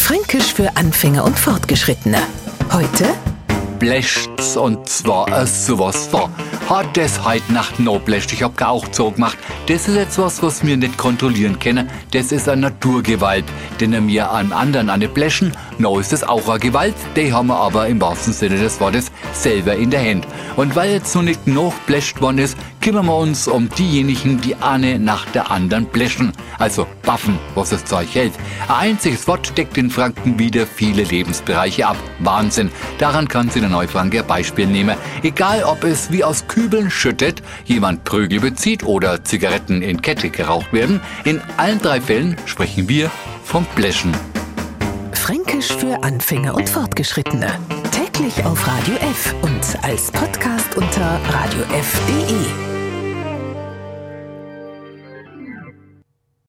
Fränkisch für Anfänger und Fortgeschrittene. Heute Bläscht's und zwar sowas vor. Hat das heute Nacht noch bläscht. Ich hab auch so gemacht. Das ist jetzt was wir nicht kontrollieren können. Das ist eine Naturgewalt. Denn wir an anderen eine bläschen, no ist das auch eine Gewalt. Die haben wir aber im wahrsten Sinne des Wortes selber in der Hand. Und weil jetzt noch nicht noch bläscht worden ist, kümmern wir uns um diejenigen, die eine nach der anderen bläschen. Also baffen, was das Zeug hält. Ein einziges Wort deckt in Franken wieder viele Lebensbereiche ab. Wahnsinn. Daran kann sich der Neufranke ein Beispiel nehmen. Egal, ob es wie aus Kübeln schüttet, jemand Prügel bezieht oder Zigaretten in Kette geraucht werden, in allen drei Fällen sprechen wir vom Bläschen. Fränkisch für Anfänger und Fortgeschrittene. Täglich auf Radio F und als Podcast unter radiof.de.